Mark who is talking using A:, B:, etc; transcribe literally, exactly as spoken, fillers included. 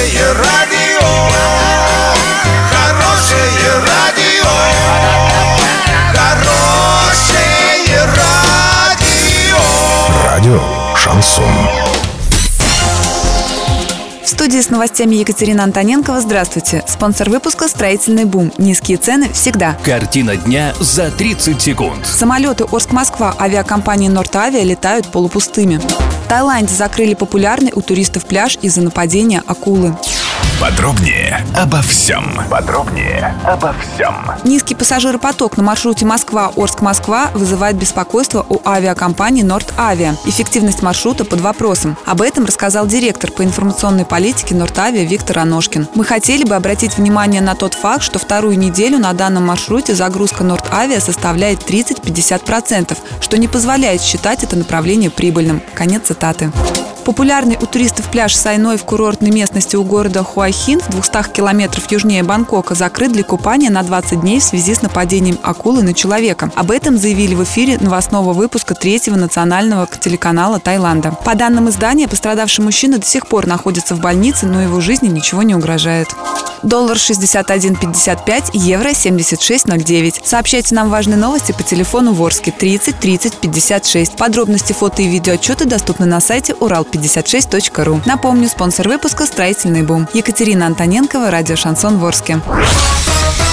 A: Хорошее радио, хорошее радио, хорошее радио.
B: Радио Шансон.
C: В студии с новостями Екатерина Антоненкова. Здравствуйте. Спонсор выпуска «Строительный бум». Низкие цены всегда.
D: Картина дня за тридцать секунд.
C: Самолеты Орск-Москва авиакомпании «Нортавиа» летают полупустыми. В Таиланде закрыли популярный у туристов пляж из-за нападения акулы.
B: Подробнее обо всем. Подробнее обо всем.
C: Низкий пассажиропоток на маршруте Москва-Орск-Москва вызывает беспокойство у авиакомпании «Нортавиа». Эффективность маршрута под вопросом. Об этом рассказал директор по информационной политике «Нортавиа» Виктор Аношкин. Мы хотели бы обратить внимание на тот факт, что вторую неделю на данном маршруте загрузка «Нортавиа» составляет тридцать-пятьдесят процентов, что не позволяет считать это направление прибыльным. Конец цитаты. Популярный у туристов пляж Сайной в курортной местности у города Хуахин в двухстах километров южнее Бангкока закрыт для купания на двадцать дней в связи с нападением акулы на человека. Об этом заявили в эфире новостного выпуска третьего национального телеканала Таиланда. По данным издания, пострадавший мужчина до сих пор находится в больнице, но его жизни ничего не угрожает. Доллар шестьдесят один пятьдесят пять, евро семьдесят шесть ноль девять. Сообщайте нам важные новости по телефону в Орске тридцать тридцать пятьдесят шесть. Подробности, фото и видеоотчеты доступны на сайте урал пятьдесят шесть точка ру. Напомню, спонсор выпуска «Строительный бум». Екатерина Антоненкова, радио «Шансон» в Орске.